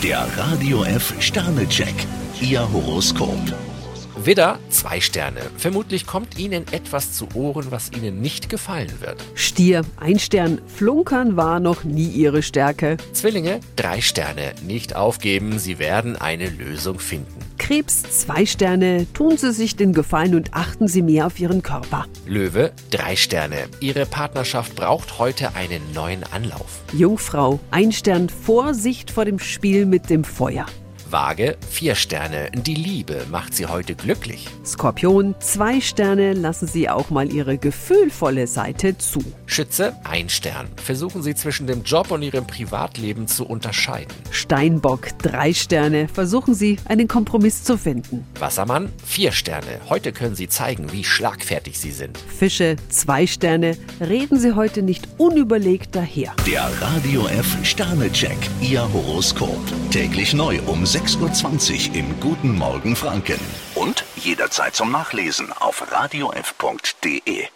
Der Radio F Sternecheck. Ihr Horoskop. Widder, 2 Sterne. Vermutlich kommt Ihnen etwas zu Ohren, was Ihnen nicht gefallen wird. Stier, 1 Stern. Flunkern war noch nie Ihre Stärke. Zwillinge, 3 Sterne. Nicht aufgeben, Sie werden eine Lösung finden. Krebs, 2 Sterne. Tun Sie sich den Gefallen und achten Sie mehr auf Ihren Körper. Löwe, 3 Sterne. Ihre Partnerschaft braucht heute einen neuen Anlauf. Jungfrau, 1 Stern. Vorsicht vor dem Spiel mit dem Feuer. Waage, 4 Sterne. Die Liebe macht Sie heute glücklich. Skorpion, 2 Sterne. Lassen Sie auch mal Ihre gefühlvolle Seite zu. Schütze, 1 Stern. Versuchen Sie zwischen dem Job und Ihrem Privatleben zu unterscheiden. Steinbock, 3 Sterne. Versuchen Sie, einen Kompromiss zu finden. Wassermann, 4 Sterne. Heute können Sie zeigen, wie schlagfertig Sie sind. Fische, 2 Sterne. Reden Sie heute nicht unüberlegt daher. Der Radio F Sternecheck. Ihr Horoskop. Täglich neu um 6:20 Uhr im Guten Morgen Franken. Und jederzeit zum Nachlesen auf radiof.de.